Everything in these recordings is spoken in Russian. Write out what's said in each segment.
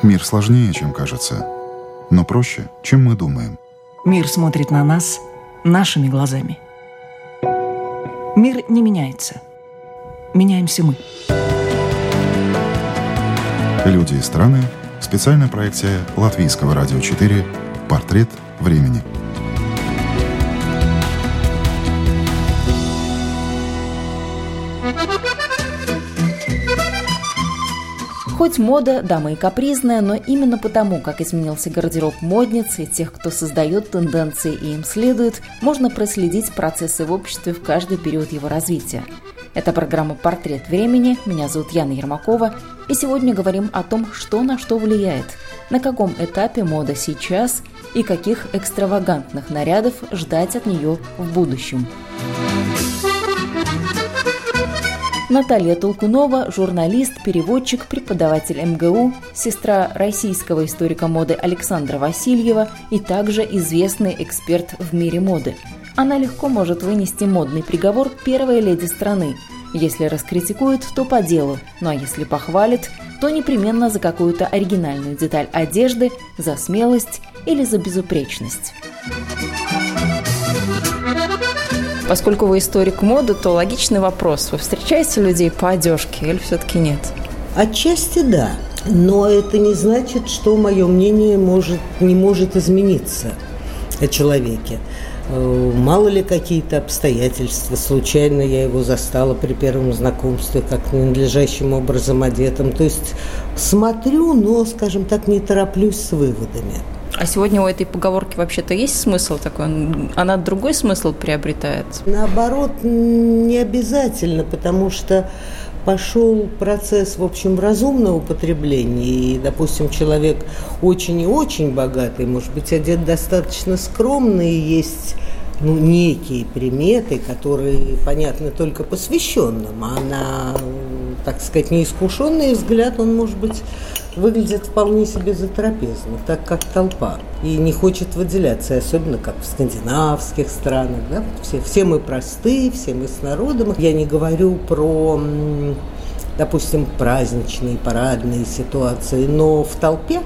Мир сложнее, чем кажется, но проще, чем мы думаем. Мир смотрит на нас нашими глазами. Мир не меняется. Меняемся мы. Люди и страны. Специальная проекция Латвийского радио 4 «Портрет времени». Хоть мода, дама и капризная, но именно потому, как изменился гардероб модниц и тех, кто создает тенденции и им следует, можно проследить процессы в обществе в каждый период его развития. Это программа «Портрет времени». Меня зовут Яна Ермакова. И сегодня говорим о том, что на что влияет, на каком этапе мода сейчас и каких экстравагантных нарядов ждать от нее в будущем. Наталья Толкунова – журналист, переводчик, преподаватель МГУ, сестра российского историка моды Александра Васильева и также известный эксперт в мире моды. Она легко может вынести модный приговор первой леди страны. Если раскритикует, то по делу, ну а если похвалит, то непременно за какую-то оригинальную деталь одежды, за смелость или за безупречность. Поскольку вы историк моды, то логичный вопрос. Вы встречаете людей по одежке или все-таки нет? Отчасти да. Но это не значит, что мое мнение не может измениться о человеке. Мало ли какие-то обстоятельства. Случайно я его застала при первом знакомстве как надлежащим образом одетым. То есть смотрю, но, скажем так, не тороплюсь с выводами. А сегодня у этой поговорки вообще-то есть смысл такой? Она другой смысл приобретает? Наоборот, не обязательно, потому что пошел процесс, в общем, разумного потребления. И, допустим, человек очень и очень богатый, может быть, одет достаточно скромно, и есть некие приметы, которые понятны только посвященным, а на, так сказать, неискушенный взгляд он, может быть, выглядит вполне себе затрапезно, так как толпа, и не хочет выделяться, особенно как в скандинавских странах. Да? Все мы простые, все мы с народом. Я не говорю про, допустим, праздничные, парадные ситуации, но в толпе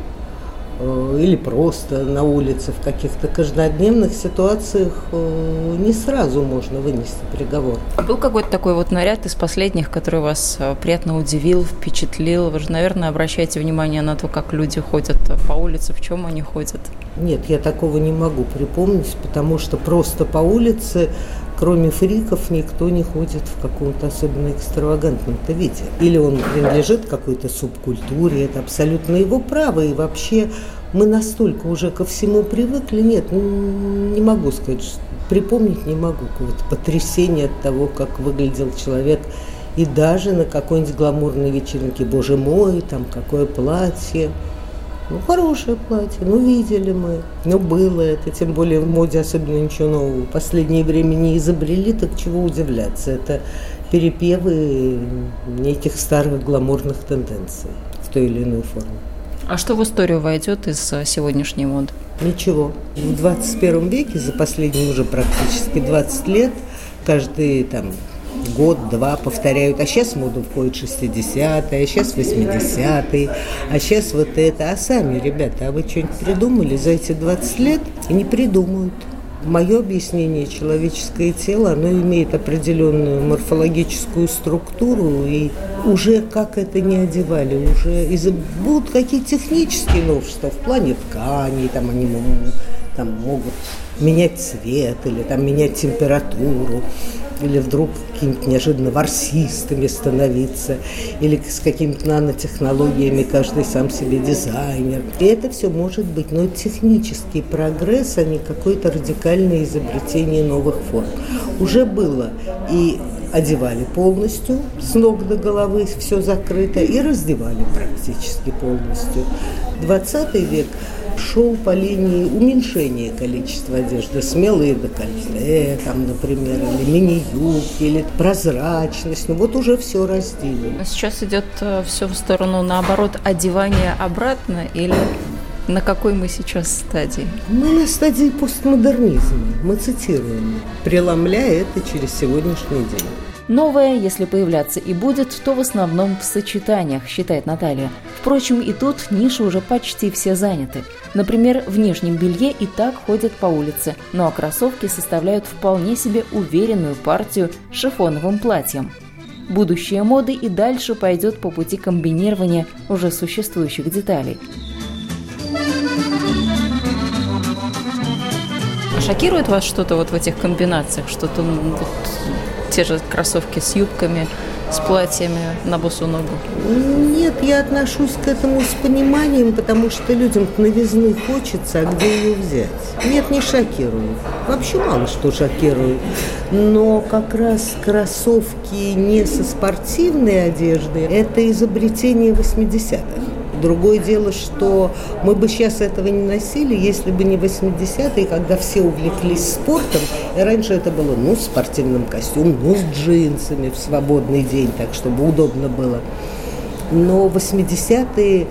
или просто на улице в каких-то каждодневных ситуациях не сразу можно вынести приговор. А был какой-то такой вот наряд из последних, который вас приятно удивил, впечатлил? Вы же, наверное, обращаете внимание на то, как люди ходят по улице, в чем они ходят? Нет, я такого не могу припомнить, потому что просто по улице, кроме фриков, никто не ходит в каком-то особенно экстравагантном-то виде. Или он принадлежит какой-то субкультуре, это абсолютно его право. И вообще мы настолько уже ко всему привыкли. Нет, не могу сказать, припомнить не могу какого-то потрясения от того, как выглядел человек. И даже на какой-нибудь гламурной вечеринке, боже мой, там какое платье. Хорошее платье, видели мы, было это, тем более в моде особенно ничего нового в последнее время не изобрели, так чего удивляться, это перепевы неких старых гламурных тенденций в той или иной форме. А что в историю войдет из сегодняшней моды? Ничего. В 21 веке, за последние уже практически 20 лет, каждый год-два повторяют, а сейчас в моду входит 60-е, а сейчас 80-е, а сейчас вот это. А сами, ребята, вы что-нибудь придумали за эти 20 лет? И не придумают. Мое объяснение: человеческое тело, оно имеет определенную морфологическую структуру, и уже как это не одевали, уже будут какие-то технические новшества в плане тканей, они могут менять цвет или менять температуру, или вдруг какими-то неожиданно ворсистыми становиться, или с какими-то нанотехнологиями каждый сам себе дизайнер. И это все может быть, но технический прогресс, а не какое-то радикальное изобретение новых форм. Уже было и одевали полностью, с ног до головы, все закрыто, и раздевали практически полностью. 20 век шел по линии уменьшения количества одежды, смелые декольте, например, или мини-юбки, или прозрачность. Уже все разделено. А сейчас идет все в сторону, наоборот, одевания обратно, или на какой мы сейчас стадии? Мы на стадии постмодернизма. Мы цитируем, преломляя это через сегодняшний день. Новое, если появляться и будет, то в основном в сочетаниях, считает Наталья. Впрочем, и тут ниши уже почти все заняты. Например, в нижнем белье и так ходят по улице, ну а кроссовки составляют вполне себе уверенную партию с шифоновым платьем. Будущее моды и дальше пойдет по пути комбинирования уже существующих деталей. Шокирует вас что-то вот в этих комбинациях? Что-то вот, те же кроссовки с юбками, с платьями на босу ногу? Нет, я отношусь к этому с пониманием, потому что людям новизны хочется, а где ее взять? Нет, не шокирует. Вообще мало что шокирует. Но как раз кроссовки не со спортивной одеждой – это изобретение 80-х. Другое дело, что мы бы сейчас этого не носили, если бы не 80-е, когда все увлеклись спортом. И раньше это было, в спортивном костюме, с джинсами в свободный день, так, чтобы удобно было. Но в 80-е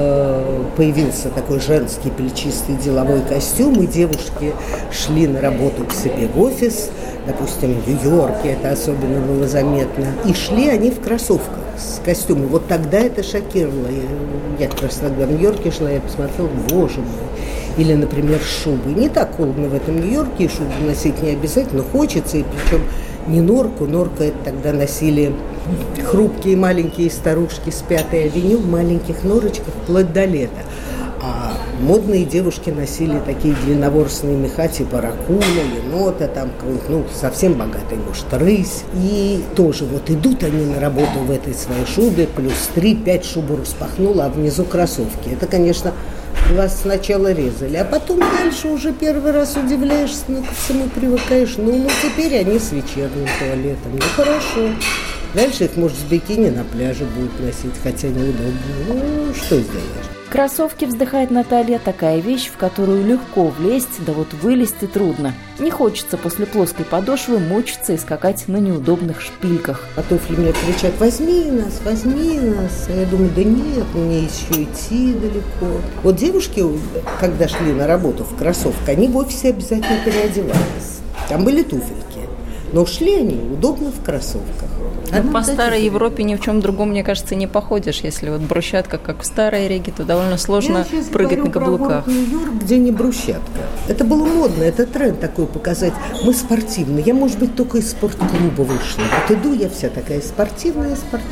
появился такой женский плечистый деловой костюм, и девушки шли на работу к себе в офис, допустим, в Нью-Йорке это особенно было заметно, и шли они в кроссовках с костюмом. Вот тогда это шокировало. Я как раз тогда в Нью-Йорке шла, я посмотрела, боже мой. Или, например, шубы. Не так холодно в этом Нью-Йорке, и шубу носить не обязательно, хочется, и причем не норку. Норку это тогда носили хрупкие маленькие старушки с 5-й авеню в маленьких норочках вплоть до лета. А модные девушки носили такие длинноворсные меха типа ракуна, енота, там, совсем богатый, может, рысь. И тоже вот идут они на работу в этой своей шубе, плюс 3-5 шубу распахнула, а внизу кроссовки. Это, конечно, глаз сначала резали, а потом дальше уже первый раз удивляешься, ко всему привыкаешь. Теперь они с вечерним туалетом. Хорошо. Дальше их, может, с бикини на пляже будут носить, хотя неудобно. Что сделаешь? Кроссовки, вздыхает Наталья, такая вещь, в которую легко влезть, да вот вылезти трудно. Не хочется после плоской подошвы мучиться и скакать на неудобных шпильках. А туфли мне кричат: возьми нас, возьми нас. А я думаю, да нет, мне еще идти далеко. Вот девушки, когда шли на работу в кроссовках, они в офисе обязательно переодевались. Там были туфельки, но шли они удобно в кроссовках. По старой Европе ни в чем другом, мне кажется, не походишь. Если вот брусчатка, как в старой Риге, то довольно сложно прыгать на каблуках. Я Нью-Йорк, где не брусчатка. Это было модно, это тренд такой показать. Мы спортивные. Я, может быть, только из спортклуба вышла. Вот иду я вся такая спортивная.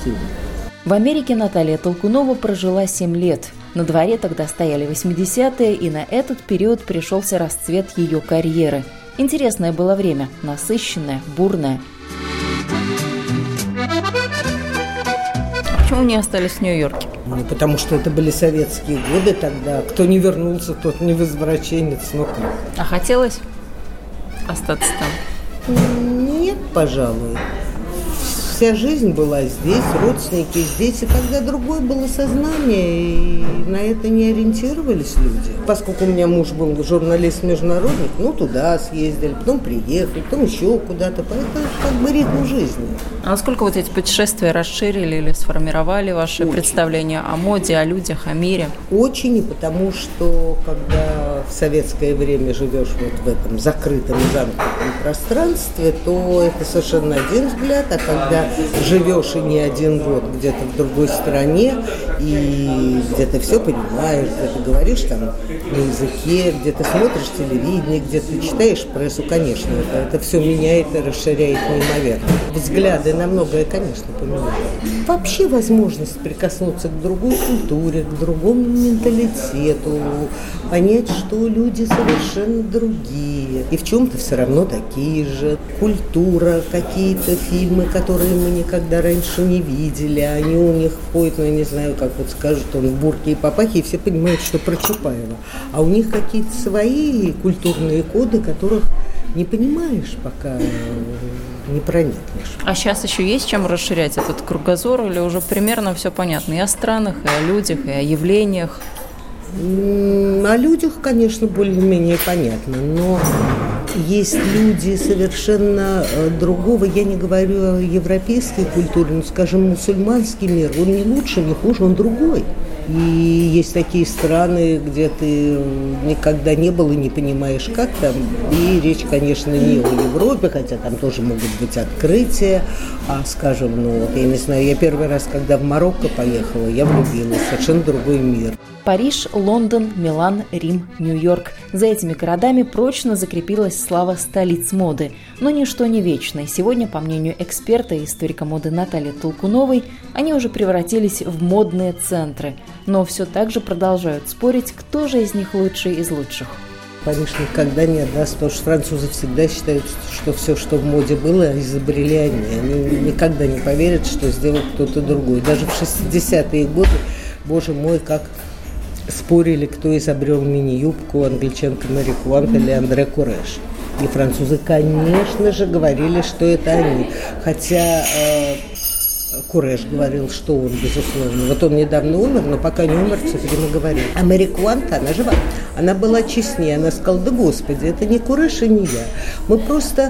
В Америке Наталья Толкунова прожила 7 лет. На дворе тогда стояли 80-е, и на этот период пришелся расцвет ее карьеры. Интересное было время, насыщенное, бурное. Почему не остались в Нью-Йорке? Потому что это были советские годы тогда. Кто не вернулся, тот не возвращенец. Как? А хотелось остаться там? Нет, пожалуй. Вся жизнь была здесь, родственники здесь, и тогда другое было сознание, и на это не ориентировались люди. Поскольку у меня муж был журналист-международник, туда съездили, потом приехали, потом еще куда-то, поэтому как бы ритм жизни. А насколько вот эти путешествия расширили или сформировали ваше представление о моде, о людях, о мире? Очень, и потому что когда в советское время живешь вот в этом закрытом замкнутом пространстве, то это совершенно один взгляд, а когда живешь и не один год где-то в другой стране, и где ты все понимаешь, где ты говоришь там на языке, где ты смотришь телевидение, где ты читаешь прессу, конечно, это все меняет и расширяет неимоверно. Взгляды на многое, конечно, поменяют. Вообще возможность прикоснуться к другой культуре, к другому менталитету, понять, что люди совершенно другие, и в чем-то все равно такие же. Культура, какие-то фильмы, которые мы никогда раньше не видели, они у них ходят, я не знаю, как вот скажут, он в бурке и папахе, и все понимают, что про Чапаева. А у них какие-то свои культурные коды, которых не понимаешь, пока не проникнешь. А сейчас еще есть чем расширять этот кругозор, или уже примерно все понятно и о странах, и о людях, и о явлениях? О людях, конечно, более-менее понятно, но есть люди совершенно другого, я не говорю о европейской культуре, но, скажем, мусульманский мир, он не лучше, не хуже, он другой. И есть такие страны, где ты никогда не был и не понимаешь, как там. И речь, конечно, не о Европе, хотя там тоже могут быть открытия. А, скажем, я не знаю, я первый раз, когда в Марокко поехала, я влюбилась. Совершенно другой мир. Париж, Лондон, Милан, Рим, Нью-Йорк. За этими городами прочно закрепилась слава столиц моды. Но ничто не вечно. И сегодня, по мнению эксперта и историка моды Натальи Толкуновой, они уже превратились в модные центры. Но все так же продолжают спорить, кто же из них лучший из лучших. Париж никогда не отдаст, потому что французы всегда считают, что все, что в моде было, изобрели они. Они никогда не поверят, что сделал кто-то другой. Даже в 60-е годы, боже мой, как спорили, кто изобрел мини-юбку, англичанка Мэри Куант или Андре Куреш. И французы, конечно же, говорили, что это они. Хотя Куреш говорил, что он, безусловно. Вот он недавно умер, но пока не умер, все время говорил. А Мэри Куант, она жива. Она была честнее. Она сказала: да господи, это не Куреш и не я. Мы просто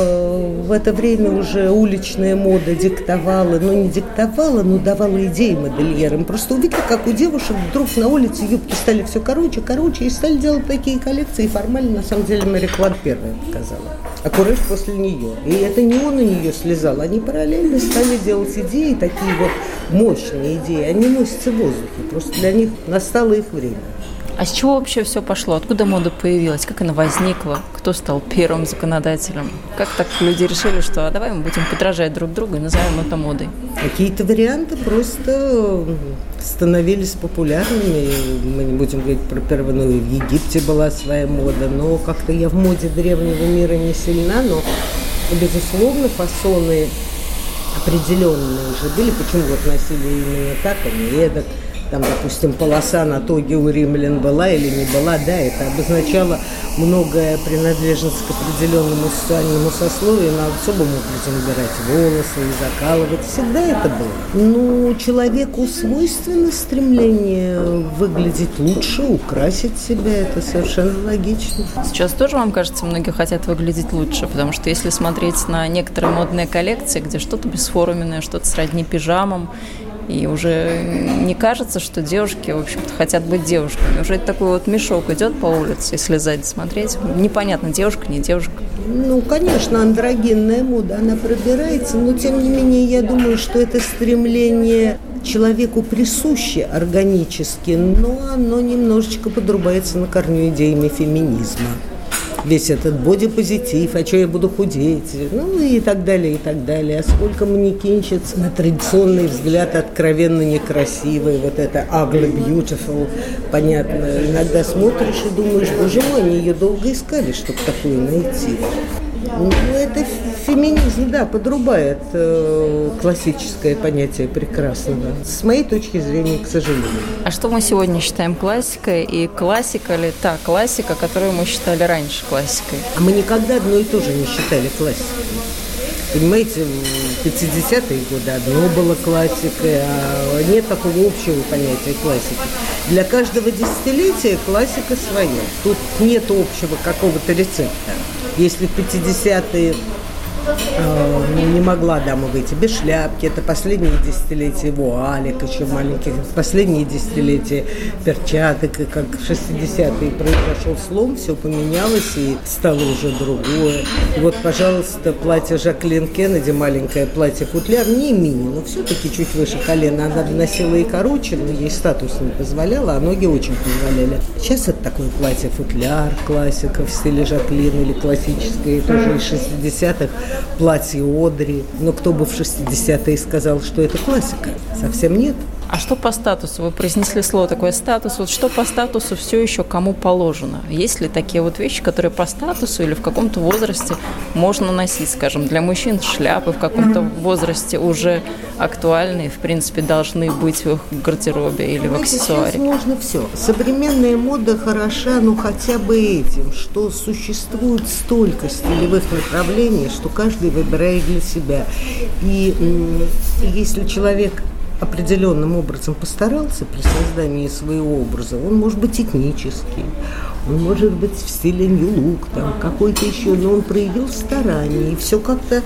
в это время уже уличная мода диктовала, не диктовала, но давала идеи модельерам. Просто увидели, как у девушек вдруг на улице юбки стали все короче, и стали делать такие коллекции. И формально, на самом деле, Мэри Куант первая показала. А Куреш после нее. И это не он на нее слезал. Они параллельно стали делать идеи, такие вот мощные идеи. Они носятся в воздухе. Просто для них настало их время. А с чего вообще все пошло? Откуда мода появилась? Как она возникла? Кто стал первым законодателем? Как так люди решили, что давай мы будем подражать друг другу и назовем это модой? Какие-то варианты просто становились популярными. Мы не будем говорить про первое, в Египте была своя мода, но как-то я в моде древнего мира не сильна, но, безусловно, фасоны определенные уже были. Почему вот носили именно так, а не эдак? Там, допустим, полоса на тоге у римлян была или не была, да, это обозначало многое принадлежность к определенному социальному сословию, на особом образом убирать волосы и закалывать. Всегда это было. Человеку свойственно стремление выглядеть лучше, украсить себя, это совершенно логично. Сейчас тоже, вам кажется, многие хотят выглядеть лучше, потому что если смотреть на некоторые модные коллекции, где что-то бесформенное, что-то сродни пижамам, и уже не кажется, что девушки, в общем-то, хотят быть девушками. Уже такой вот мешок идет по улице, если сзади смотреть. Непонятно, девушка, не девушка. Конечно, андрогенная мода, она пробирается, но, тем не менее, я думаю, что это стремление человеку присуще органически, но оно немножечко подрубается на корню идеями феминизма. Весь этот бодипозитив, а что я буду худеть, и так далее, и так далее. А сколько манекенщиц на традиционный взгляд откровенно некрасивые, вот это ugly, beautiful, понятно. Иногда смотришь и думаешь: боже мой, они ее долго искали, чтобы такое найти. Это феминизм, да, подрубает классическое понятие прекрасного. С моей точки зрения, к сожалению. А что мы сегодня считаем классикой? И классика ли та классика, которую мы считали раньше классикой? А мы никогда одно и то же не считали классикой. Понимаете, в 50-е годы одно было классикой, а нет такого общего понятия классики. Для каждого десятилетия классика своя. Тут нет общего какого-то рецепта. Если в 50-е не могла дама выйти без шляпки, это последние десятилетия вуалек, еще маленьких, последние десятилетия перчаток, и как в 60-е произошел слом, все поменялось и стало уже другое. И вот, пожалуйста, платье Жаклин Кеннеди, маленькое платье-футляр, не мини, но все-таки чуть выше колена. Она носила и короче, но ей статус не позволял, а ноги очень позволяли. Сейчас это такое платье-футляр, классика в стиле Жаклин или классическое, тоже из 60-х. Платье Одри. Но кто бы в 60-е сказал, что это классика? Совсем нет. А что по статусу? Вы произнесли слово такое статус. Вот что по статусу все еще кому положено? Есть ли такие вот вещи, которые по статусу или в каком-то возрасте можно носить? Скажем, для мужчин шляпы в каком-то возрасте уже актуальны и, в принципе, должны быть в их гардеробе или в аксессуаре. Сейчас можно все. Современная мода хороша, хотя бы этим, что существует столько стилевых направлений, что каждый выбирает для себя. И если человек определенным образом постарался при создании своего образа, он может быть этнический, он может быть в стиле New Look, там какой-то еще, но он проявил старание, и все как-то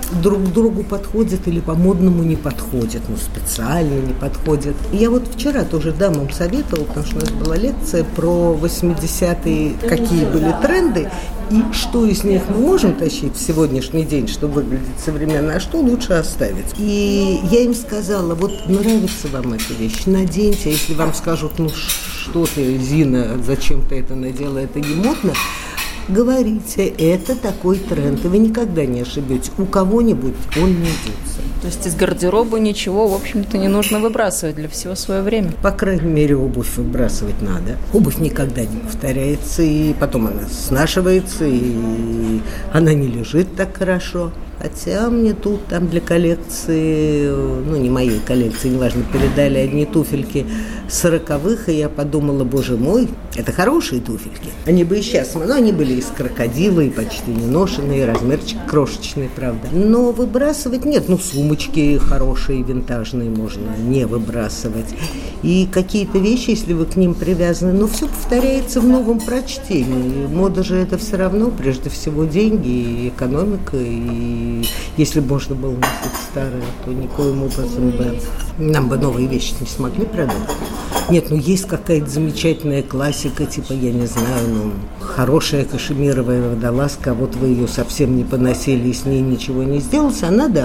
друг к другу подходят или по-модному не подходят, специально не подходят. И я вот вчера тоже дамам советовала, потому что у нас была лекция про 80-е, какие были тренды, и что из них мы можем тащить в сегодняшний день, чтобы выглядеть современно, а что лучше оставить. И я им сказала, вот нравится вам эта вещь, наденьте, а если вам скажут, что ты, Зина, зачем ты это надела, это не модно, говорите, это такой тренд, и вы никогда не ошибетесь, у кого-нибудь он найдется. То есть из гардероба ничего, в общем-то, не нужно выбрасывать, для всего свое время? По крайней мере, обувь выбрасывать надо. Обувь никогда не повторяется, и потом она снашивается, и она не лежит так хорошо. Хотя мне тут там для коллекции, не моей коллекции, неважно, передали одни туфельки 40-х, и я подумала, боже мой, это хорошие туфельки. Они бы и сейчас, они были из крокодила, и почти не ношеные, размерчик крошечный, правда. Но выбрасывать нет, сумочки хорошие, винтажные можно не выбрасывать. И какие-то вещи, если вы к ним привязаны, все повторяется в новом прочтении. Мода же это все равно, прежде всего, деньги и экономика, и если бы можно было носить старое, то никоим образом бы нам бы новые вещи не смогли продать. Нет, есть какая-то замечательная классика, типа, я не знаю, хорошая кашемировая водолазка, а вот вы ее совсем не поносили и с ней ничего не сделалось,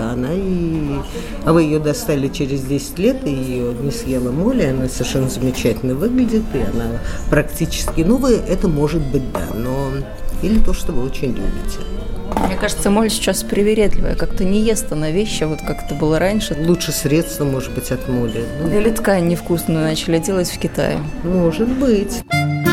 а вы ее достали через 10 лет, и ее не съела моль, она совершенно замечательно выглядит, и она практически новая, это может быть, да, но или то, что вы очень любите. Мне кажется, моль сейчас привередливая, как-то не ест она вещи, вот как это было раньше. Лучше средства, может быть, от моли. Или ткань невкусную начали делать в Китае. Может быть.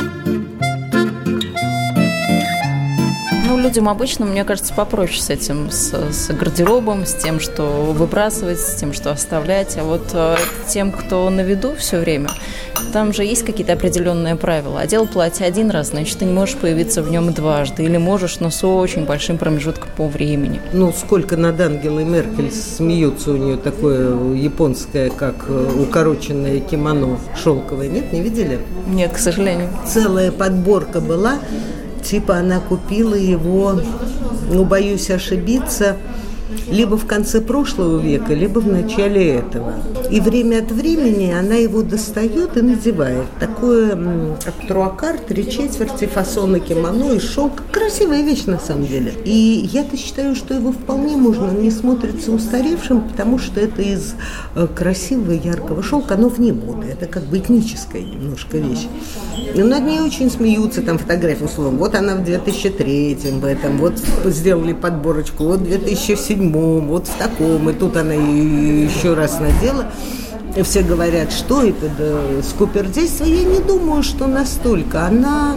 Людям обычно, мне кажется, попроще с этим, с гардеробом, с тем, что выбрасывать, с тем, что оставлять. А вот тем, кто на виду все время, там же есть какие-то определенные правила. Одел платье один раз, значит, ты не можешь появиться в нем дважды. Или можешь, но с очень большим промежутком по времени. Сколько над Ангелой Меркель смеются, у нее такое японское, как укороченное кимоно шелковое. Нет, не видели? Нет, к сожалению. Целая подборка была. Типа она купила его, боюсь ошибиться, либо в конце прошлого века, либо в начале этого. И время от времени она его достает и надевает. Такое актруакар, 3/4 фасона кимоно из шелка. Красивая вещь на самом деле. И я-то считаю, что его вполне можно, он не смотрится устаревшим, потому что это из красивого яркого шелка, оно вне моды. Это как бы этническая немножко вещь. Но над ней очень смеются, там фотографии, условно. Вот она в 2003-м в этом, вот сделали подборочку, вот в 2007-м, вот в таком, и тут она еще раз надела. И все говорят, что это, скупердейство. Я не думаю, что настолько.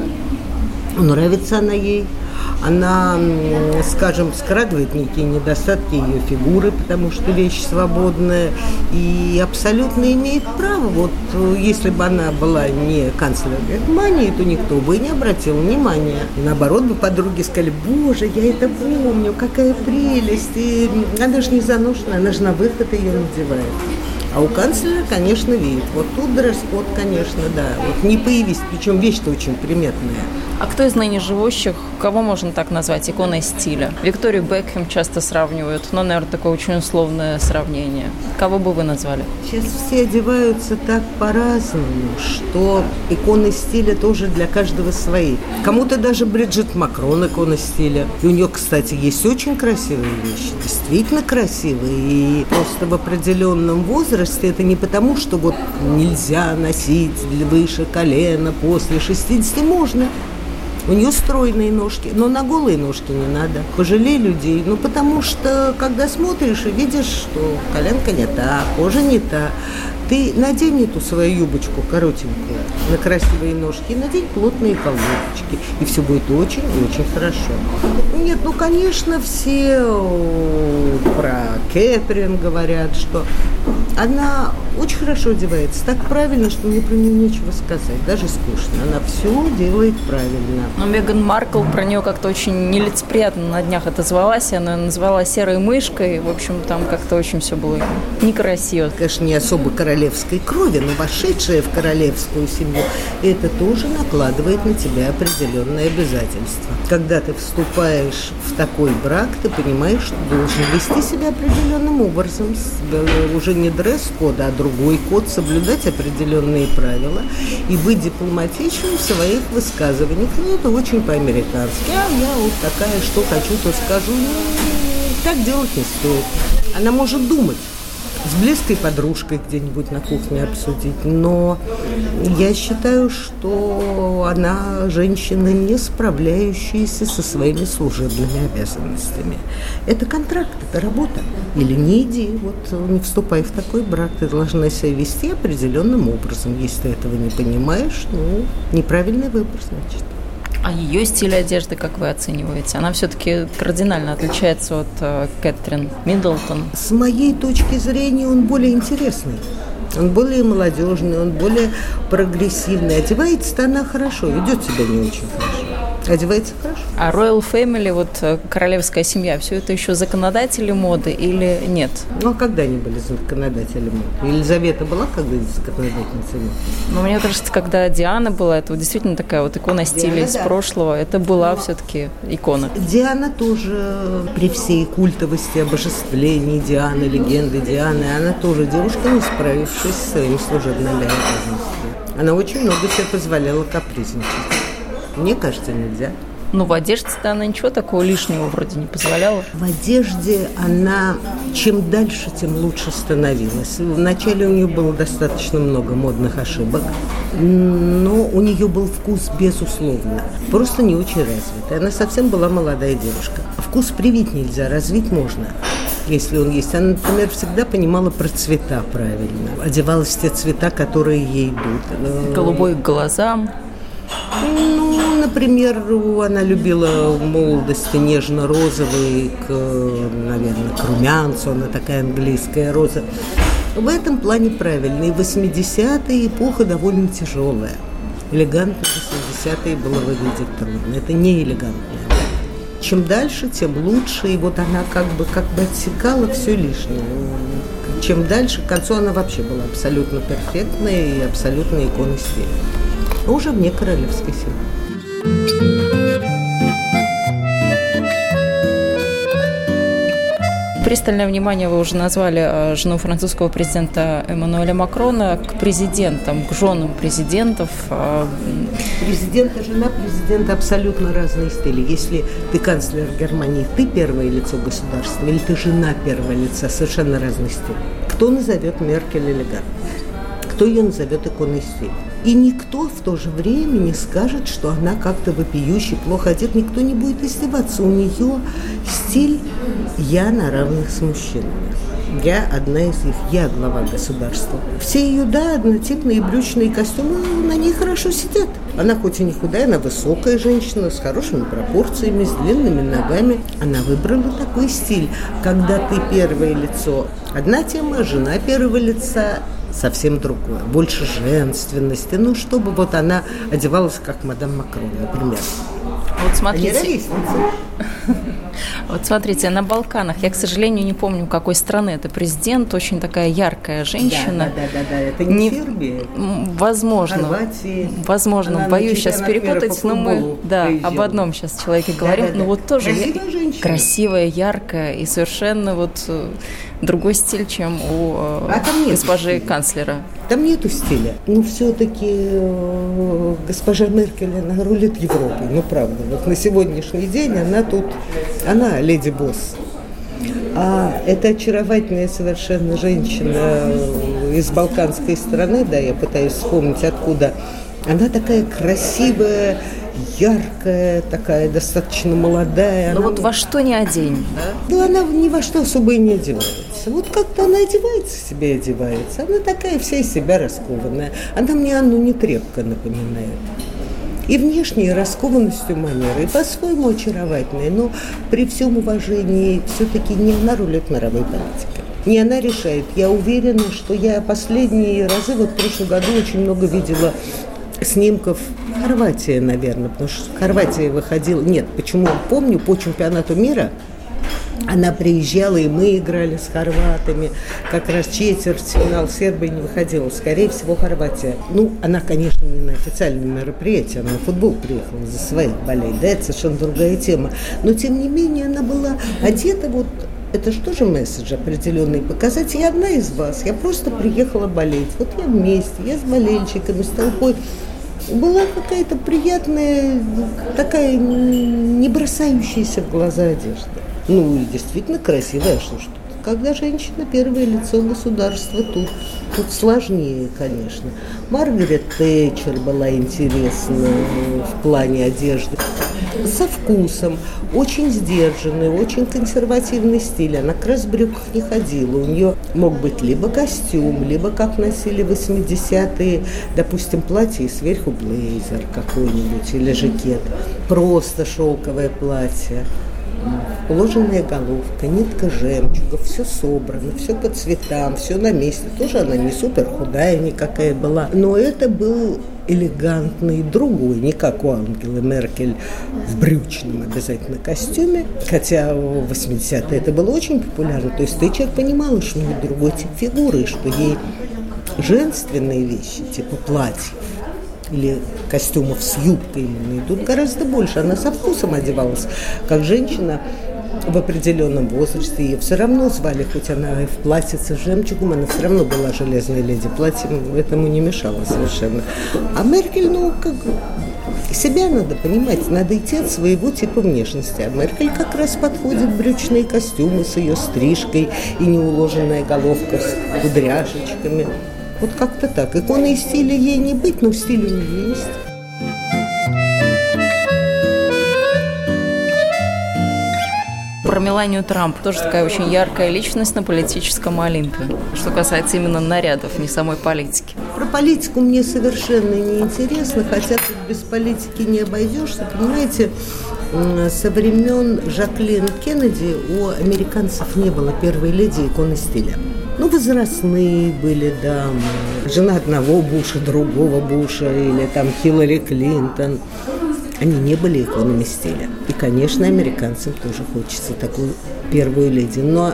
Нравится она ей. Она, скажем, скрадывает некие недостатки ее фигуры, потому что вещь свободная, и абсолютно имеет право. Вот если бы она была не канцлер Германии, то никто бы и не обратил внимания. И наоборот бы подруги сказали: боже, я это помню, какая прелесть. И она же не заношена, она же на выход ее надевает. А у канцлера, конечно, видит. Вот тут дресс-код, конечно, да. Вот не появись, причем вещь-то очень приметная. А кто из ныне живущих, кого можно так назвать иконой стиля? Викторию Бекхэм часто сравнивают, но, наверное, такое очень условное сравнение. Кого бы вы назвали? Сейчас все одеваются так по-разному, что иконы стиля тоже для каждого свои. Кому-то даже Бриджит Макрон икона стиля. И у нее, кстати, есть очень красивые вещи, действительно красивые. И просто в определенном возрасте это не потому, что вот нельзя носить выше колена, после 60 можно. У нее стройные ножки, но на голые ножки не надо. Пожалей людей, потому что, когда смотришь и видишь, что коленка не та, кожа не та, ты надень эту свою юбочку коротенькую на красивые ножки и надень плотные колготочки, и все будет очень и очень хорошо. Нет, конечно, все про Кэтрин говорят, что она Очень хорошо одевается, так правильно, что мне про нее нечего сказать, даже скучно. Она все делает правильно. Но Меган Маркл, про нее как-то очень нелицеприятно на днях отозвалась. Она назвала серой мышкой. В общем, там как-то очень все было некрасиво. Конечно, не особо королевской крови, но вошедшая в королевскую семью, это тоже накладывает на тебя определенные обязательства. Когда ты вступаешь в такой брак, ты понимаешь, что должен вести себя определенным образом. Уже не дресс-код, а другой код, соблюдать определенные правила и быть дипломатичным в своих высказываниях. Ну, это очень по-американски. Я вот такая, что хочу, то скажу. Так делать не стоит. Она может думать. С близкой подружкой где-нибудь на кухне обсудить. Но я считаю, что она женщина, не справляющаяся со своими служебными обязанностями. Это контракт, это работа. Или не иди, вот не вступай в такой брак. Ты должна себя вести определенным образом. Если ты этого не понимаешь, неправильный выбор, значит. А ее стиль одежды, как вы оцениваете? Она все-таки кардинально отличается от Кэтрин Миддлтон. С моей точки зрения он более интересный. Он более молодежный, он более прогрессивный. Одевается-то она хорошо, ведет себя не очень хорошо. Одевается хорошо. А Royal Family, вот королевская семья, все это еще законодатели моды или нет? Ну, а когда они были законодатели моды? Елизавета была когда-нибудь законодательницей моды? Ну, мне кажется, когда Диана была, это вот действительно такая вот икона стиля из прошлого. Это была все-таки икона. Диана тоже, при всей культовости, обожествлении Дианы, легенды Дианы, она тоже девушка, не справившись со своими служебными обязанностями. Она очень много себе позволяла капризничать. Мне кажется, нельзя. Но в одежде-то она ничего такого лишнего вроде не позволяла. В одежде она чем дальше, тем лучше становилась. Вначале у нее было достаточно много модных ошибок, но у нее был вкус, безусловно, просто не очень развитый. Она совсем была молодая девушка. Вкус привить нельзя, развить можно, если он есть. Она, например, всегда понимала про цвета правильно. Одевалась в те цвета, которые ей идут. Голубой к глазам. Ну, например, она любила в молодости нежно-розовый, наверное, к румянцу, она такая английская роза. В этом плане правильно. И 80-е эпоха довольно тяжелая. Элегантно 80-е было выглядеть трудно. Это не элегантная. Чем дальше, тем лучше. И вот она как бы отсекала все лишнее. Чем дальше, к концу она вообще была абсолютно перфектная и абсолютно иконой стиля. Уже вне королевской семьи. Пристальное внимание вы уже назвали жену французского президента Эммануэля Макрона к президентам, к женам президентов. Президент и жена президента абсолютно разные стили. Если ты канцлер Германии, ты первое лицо государства, или ты жена первого лица, совершенно разный стиль. Кто назовет Меркель элегантной? Кто ее назовет иконой стиля? И никто в то же время не скажет, что она как-то вопиюще плохо одета. Никто не будет издеваться. У нее стиль «я на равных с мужчинами». Я одна из них, я глава государства. Все ее, однотипные брючные костюмы на ней хорошо сидят. Она хоть и не худая, она высокая женщина, с хорошими пропорциями, с длинными ногами. Она выбрала такой стиль, когда ты первое лицо. Одна тема, жена первого лица совсем другое, больше женственности. Ну, чтобы вот она одевалась, как мадам Макрон, например. Вот смотрите. Вот смотрите, на Балканах, я, к сожалению, не помню, какой страны это президент, очень такая яркая женщина. Да, это не Сербия. Возможно. Хорватии. Возможно, боюсь сейчас перепутать, но мы об одном сейчас человеке говорим. Но вот тоже красивая, яркая и совершенно вот другой стиль, чем у госпожи канцлера. Там нету стиля. Но все-таки госпожа Меркель, она рулит Европой. Ну, правда. Вот на сегодняшний день она леди-босс. А это очаровательная совершенно женщина из балканской страны, я пытаюсь вспомнить откуда. Она такая красивая, яркая, такая достаточно молодая. Но вот во что не одень, да? Ну, она ни во что особо и не одевается. Вот как-то она одевается, себе одевается. Она такая вся из себя раскованная. Она мне Анну Нетребко напоминает. И внешней раскованностью манеры, и по-своему очаровательной, но при всем уважении все-таки не она рулит мировой политикой. Не она решает. Я уверена, что я последние разы, вот в прошлом году очень много видела снимков Хорватии, наверное, потому что Хорватия выходила... Нет, почему помню, по чемпионату мира она приезжала, и мы играли с хорватами. Как раз четвертьфинал Сербия не выходила. Скорее всего, Хорватия. Ну, она, конечно, не на официальном мероприятии, она на футбол приехала за своих болей. Да, это совершенно другая тема. Но, тем не менее, она была одета вот... Это же тоже месседж определенный. Показать, я одна из вас. Я просто приехала болеть. Вот я вместе, я с болельщиками, с толпой. Была какая-то приятная, такая не бросающаяся в глаза одежда. Ну и действительно красивая, что ж тут. Когда женщина первое лицо государства, тут сложнее, конечно. Маргарет Тэтчер была интересна в плане одежды. Со вкусом, очень сдержанный, очень консервативный стиль. Она как раз в брюках не ходила. У нее мог быть либо костюм, либо, как носили в 80-е, допустим, платье и сверху блейзер какой-нибудь или жакет. Просто шелковое платье. Уложенная головка, нитка жемчуга, все собрано, все по цветам, все на месте. Тоже она не супер худая никакая была, но это был элегантный другой, не как у Ангелы Меркель в брючном обязательно костюме, хотя в 80-е это было очень популярно. То есть Тэтчер понимала, что у нее другой тип фигуры, что ей женственные вещи, типа платьев или костюмов с юбкой именно идут гораздо больше. Она со вкусом одевалась, как женщина в определенном возрасте. Ее все равно звали, хоть она и в платьице с жемчугом, она все равно была железной леди. Платье этому не мешало совершенно. А Меркель, как себя надо понимать, надо идти от своего типа внешности. А Меркель как раз подходит брючные костюмы с ее стрижкой и неуложенная головка с кудряшечками. Вот как-то так. Иконы и стиля ей не быть, но стиль у нее есть. Про Меланию Трамп. Тоже такая очень яркая личность на политическом Олимпе. Что касается именно нарядов, не самой политики. Про политику мне совершенно не интересно, хотя тут без политики не обойдешься. Понимаете, со времен Жаклин Кеннеди у американцев не было первой леди иконы стиля. Возрастные были дамы, жена одного Буша, другого Буша, или там Хиллари Клинтон. Они не были иконами стиля. И, конечно, американцам тоже хочется такую первую леди. Но,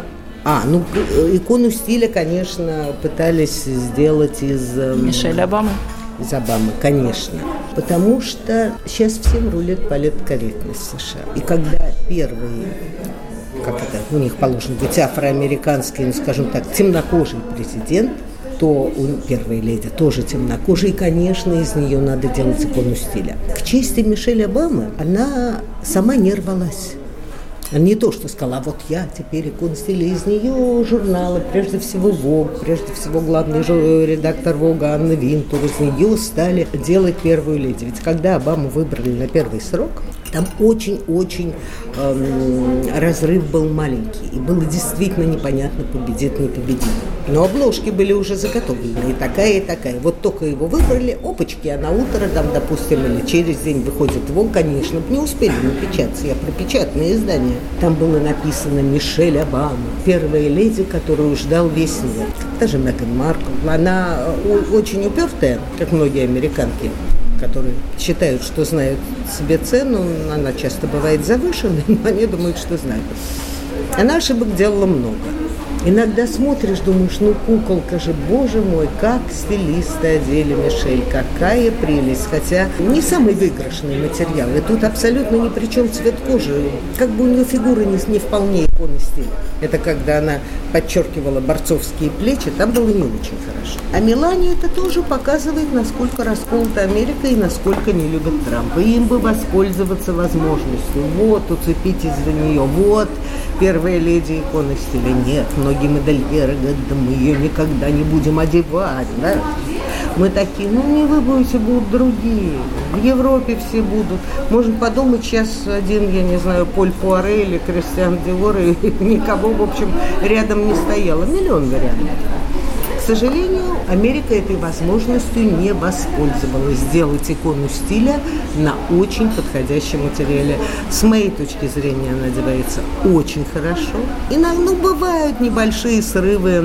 икону стиля, конечно, пытались сделать из... Мишель Обамы. Из Обамы, конечно. Потому что сейчас всем рулит политкорректность в США. И когда первые... как это у них положено быть, афроамериканский, скажем так, темнокожий президент, то у первой леди тоже темнокожий, и, конечно, из нее надо делать икону стиля. К чести Мишель Обамы, она сама не рвалась. Она не то, что сказала, вот я теперь икона стиля. Из нее журналы, прежде всего Vogue, прежде всего главный редактор Vogue Анна Винтур, из нее стали делать первую леди. Ведь когда Обаму выбрали на первый срок, там очень-очень разрыв был маленький. И было действительно непонятно, победит, не победит. Но обложки были уже заготовлены, и такая, и такая. Вот только его выбрали, опачки, а на утро, там, допустим, или через день выходит Vogue, конечно, не успели напечататься. Я про печатные издания. Там было написано «Мишель Обама», первая леди, которую ждал весь мир. Даже Меган Маркл. Она очень упертая, как многие американки, которые считают, что знают себе цену. Она часто бывает завышенной, но они думают, что знают. Она ошибок делала много. Иногда смотришь, думаешь, куколка же, боже мой, как стилисты одели Мишель, какая прелесть. Хотя не самый выигрышный материал, и тут абсолютно ни при чем цвет кожи. Как бы у нее фигура не вполне иконы стиля. Это когда она подчеркивала борцовские плечи, там было не очень хорошо. А Мелания это тоже показывает, насколько расколота Америка и насколько не любят Трампа. И им бы воспользоваться возможностью. Вот, уцепитесь за нее, вот, первая леди иконы стиля. Нет, многие модельеры говорят, да мы ее никогда не будем одевать, да? Мы такие, не вы будете, будут другие. В Европе все будут. Можно подумать, сейчас один, я не знаю, Поль Пуаре или Кристиан Диор, и никого, в общем, рядом не стояло. Миллион вариантов. сожалению, Америка этой возможностью не воспользовалась сделать икону стиля на очень подходящем материале. С моей точки зрения, она одевается очень хорошо. Иногда бывают небольшие срывы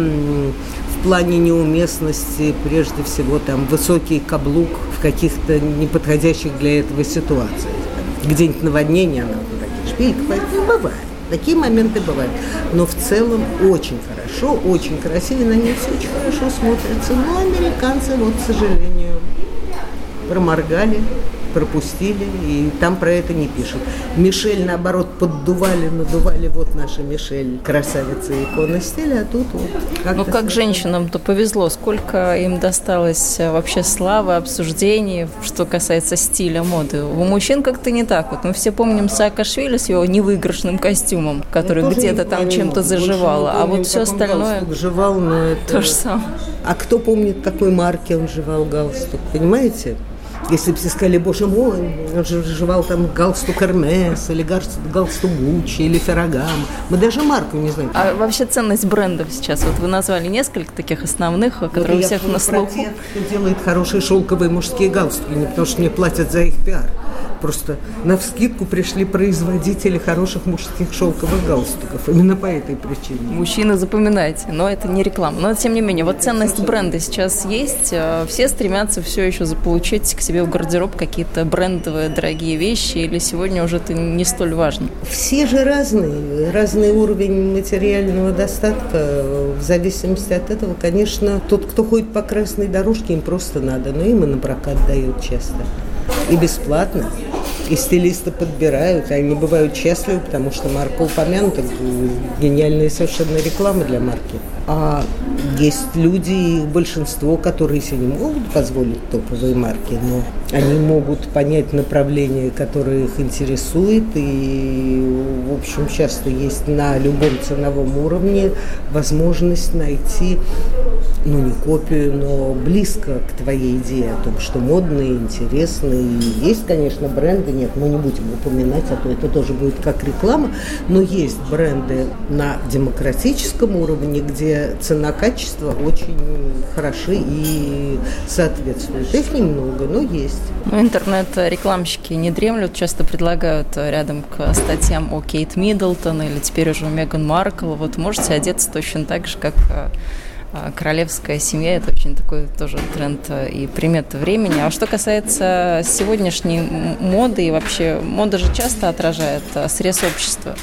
в плане неуместности, прежде всего там высокий каблук в каких-то неподходящих для этого ситуациях. Где-нибудь наводнение, она вот такие шпильки, бывает. Такие моменты бывают. Но в целом очень хорошо, очень красиво, на ней все очень хорошо смотрится. Но американцы, вот, к сожалению, проморгали, пропустили, и там про это не пишут. Мишель, наоборот, поддували, надували, вот наша Мишель, красавица икона стиля, а тут вот как-то... Ну, как женщинам-то повезло, сколько им досталось вообще славы, обсуждений, что касается стиля, моды. У мужчин как-то не так. Вот мы все помним Саакашвили с его невыигрышным костюмом, который где-то там чем-то заживал, а вот все остальное... Жевал, но это... То же самое. А кто помнит, какой марки он жевал галстук, понимаете? Если бы все сказали, боже мой, он же жевал там галстук Hermes, или галстук Gucci, или Ferragamo. Мы даже марку не знаем. А вообще ценность брендов сейчас? Вот вы назвали несколько таких основных, которые у всех на слуху. Тех, кто делает хорошие шелковые мужские галстуки, не потому что мне платят за их пиар. Просто навскидку пришли производители хороших мужских шелковых галстуков. Именно по этой причине. Мужчины, запоминайте, но это не реклама. Но, тем не менее, вот ценность бренда сейчас есть. Все стремятся все еще заполучить к себе в гардероб какие-то брендовые дорогие вещи, или сегодня уже это не столь важно? Все же разные. Разный уровень материального достатка. В зависимости от этого, конечно, тот, кто ходит по красной дорожке, им просто надо. Но им и на прокат дают часто. И бесплатно. И стилисты подбирают, они бывают счастливы, потому что марка упомянута, гениальная совершенно реклама для марки. А есть люди, большинство, которые себе не могут позволить топовые марки, но они могут понять направление, которое их интересует, и, в общем, часто есть на любом ценовом уровне возможность найти, ну, не копию, но близко к твоей идее о том, что модные, интересные. И есть, конечно, бренды, нет, мы не будем упоминать, а то это тоже будет как реклама, но есть бренды на демократическом уровне, где цена-качество очень хороши и соответствуют. Их немного, но есть. Ну, интернет-рекламщики не дремлют, часто предлагают рядом к статьям о Кейт Миддлтон или теперь уже Меган Маркл, вот можете одеться точно так же, как королевская семья. Это очень такой тоже тренд и примета времени. А что касается сегодняшней моды, и вообще мода же часто отражает срез общества.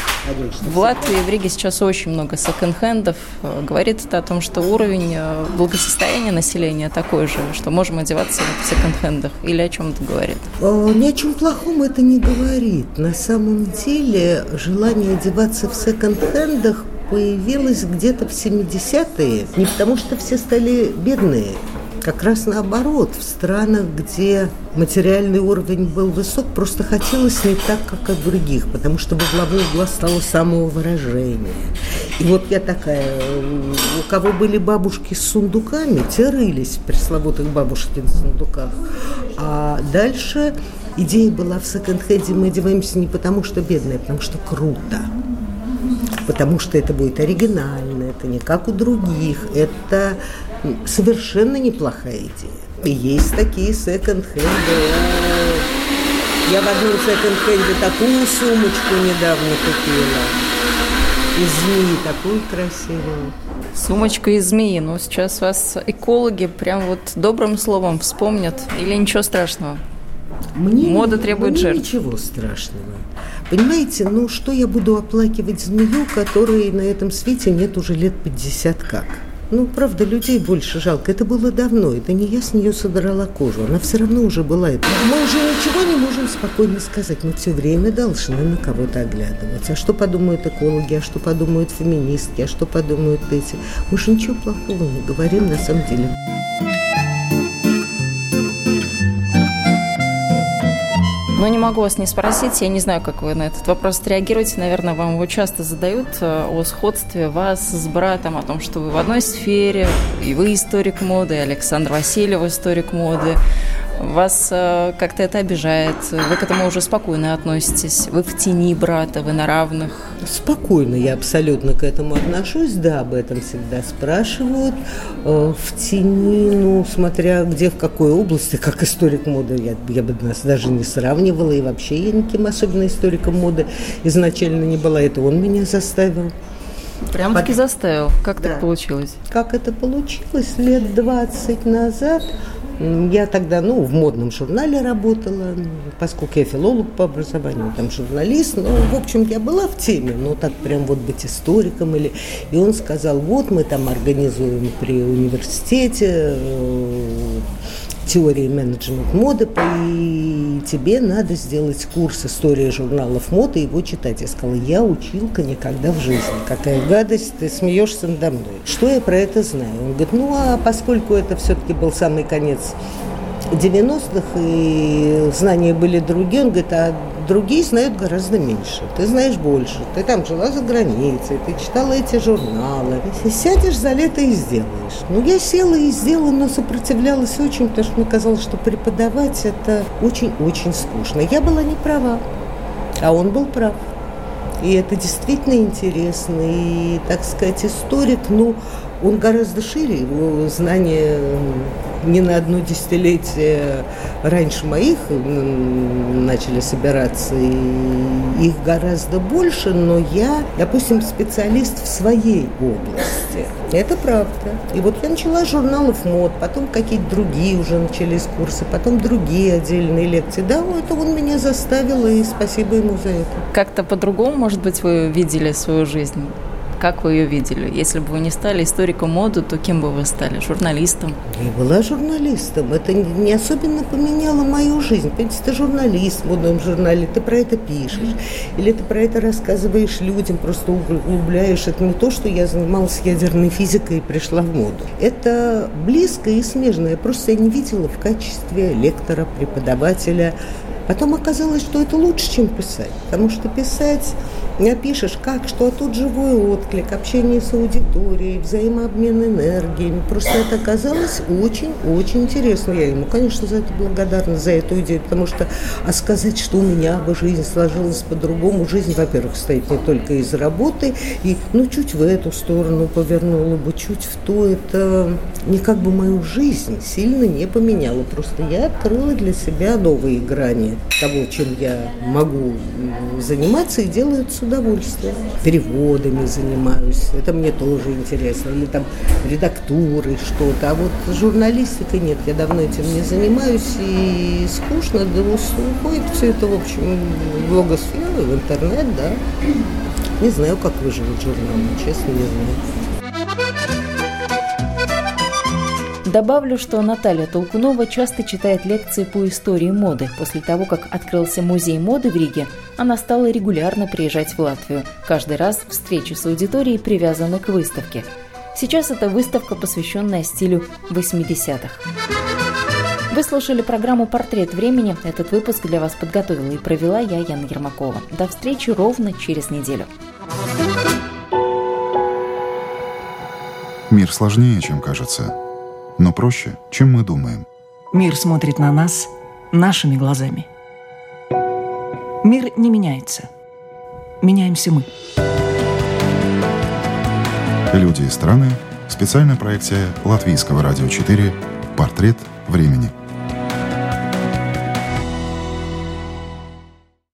В Латвии, в Риге сейчас очень много секонд-хендов. Говорит это о том, что уровень благосостояния населения такой же, что можем одеваться в секонд-хендах, или о чем это говорит? Ни о чем плохом это не говорит. На самом деле желание одеваться в секонд-хендах появилась где-то в 70-е. Не потому что все стали бедные. Как раз наоборот. В странах, где материальный уровень был высок, просто хотелось не так, как и в других, потому что во главу угла стало самовыражение. И вот я такая, у кого были бабушки с сундуками, те рылись в пресловутых бабушкиных сундуках. А дальше идея была в секонд-хенде, мы одеваемся не потому что бедные, а потому что круто. Потому что это будет оригинально, это не как у других, это совершенно неплохая идея. И есть такие секонд-хенды. Я в одном секонд-хенде такую сумочку недавно купила. Из змеи, такую красивую. Сумочка из змеи. Ну, сейчас вас экологи прям вот добрым словом вспомнят. Или ничего страшного? Мода требует жертв. Ничего страшного. Понимаете, ну что я буду оплакивать змею, которой на этом свете нет уже лет 50 как? Ну, правда, людей больше жалко. Это было давно. Это не я с нее содрала кожу. Она все равно уже была. Мы уже ничего не можем спокойно сказать. Мы все время должны на кого-то оглядываться. А что подумают экологи? А что подумают феминистки? А что подумают эти? Мы же ничего плохого не говорим на самом деле. Но не могу вас не спросить, я не знаю, как вы на этот вопрос реагируете, наверное, вам его часто задают, о сходстве вас с братом, о том, что вы в одной сфере, и вы историк моды, и Александр Васильев историк моды. Вас как-то это обижает? Вы к этому уже спокойно относитесь? Вы в тени брата, вы на равных? Спокойно я абсолютно к этому отношусь, да, об этом всегда спрашивают. В тени, смотря где, в какой области, как историк моды, я бы нас даже не сравнивала, и вообще я никаким особенно историком моды изначально не была, это он меня заставил. Прямо-таки заставил. Как так получилось? Как это получилось? Лет 20 назад я тогда, в модном журнале работала, поскольку я филолог по образованию, там журналист, в общем, я была в теме, так прям быть историком И он сказал, мы там организуем при университете теории менеджмент моды, и тебе надо сделать курс истории журналов моды и его читать. Я сказала, я училка никогда в жизни. Какая гадость, ты смеешься надо мной. Что я про это знаю? Он говорит, поскольку это все-таки был самый конец 90-х, и знания были другие, он говорит, а другие знают гораздо меньше. Ты знаешь больше. Ты там жила за границей, ты читала эти журналы. Если сядешь за лето и сделаешь. Я села и сделала, но сопротивлялась очень, потому что мне казалось, что преподавать это очень-очень скучно. Я была не права, а он был прав. И это действительно интересно. И, так сказать, историк, он гораздо шире, его знания не на одно десятилетие раньше моих начали собираться, и их гораздо больше, но я, допустим, специалист в своей области. Это правда. И я начала с журналов мод, потом какие-то другие уже начались курсы, потом другие отдельные лекции. Да, это он меня заставил, и спасибо ему за это. Как-то по-другому, может быть, вы видели свою жизнь? Как вы ее видели? Если бы вы не стали историком моды, то кем бы вы стали? Журналистом? Я была журналистом. Это не особенно поменяло мою жизнь. Понимаете, ты журналист в модном журнале, ты про это пишешь. Или ты про это рассказываешь людям, просто углубляешь. Это не то, что я занималась ядерной физикой и пришла в моду. Это близко и смежно. Я просто себя не видела в качестве лектора, преподавателя. Потом оказалось, что это лучше, чем писать. Потому что писать напишешь как, что, а тут живой отклик, общение с аудиторией, взаимообмен энергиями. Просто это оказалось очень-очень интересно. Я ему, конечно, за это благодарна, за эту идею, потому что сказать, что у меня бы жизнь сложилась по-другому, жизнь, во-первых, состоит не только из работы, и, чуть в эту сторону повернула бы, чуть в то, это никак бы мою жизнь сильно не поменяло. Просто я открыла для себя новые грани того, чем я могу заниматься, и делаю это с удовольствием. Переводами занимаюсь, это мне тоже интересно, или там редактурой что-то, а журналистикой нет, я давно этим не занимаюсь, и скучно, уходит все это, в общем, в блогосферу, в интернет, да. Не знаю, как выживут журналы, честно, не знаю. Добавлю, что Наталья Толкунова часто читает лекции по истории моды. После того, как открылся музей моды в Риге, она стала регулярно приезжать в Латвию. Каждый раз встречи с аудиторией привязаны к выставке. Сейчас это выставка, посвященная стилю 80-х. Вы слушали программу «Портрет времени». Этот выпуск для вас подготовила и провела я, Яна Ермакова. До встречи ровно через неделю. Мир сложнее, чем кажется, но проще, чем мы думаем. Мир смотрит на нас нашими глазами. Мир не меняется. Меняемся мы. Люди и страны. Специальная проекция Латвийского радио 4 «Портрет времени».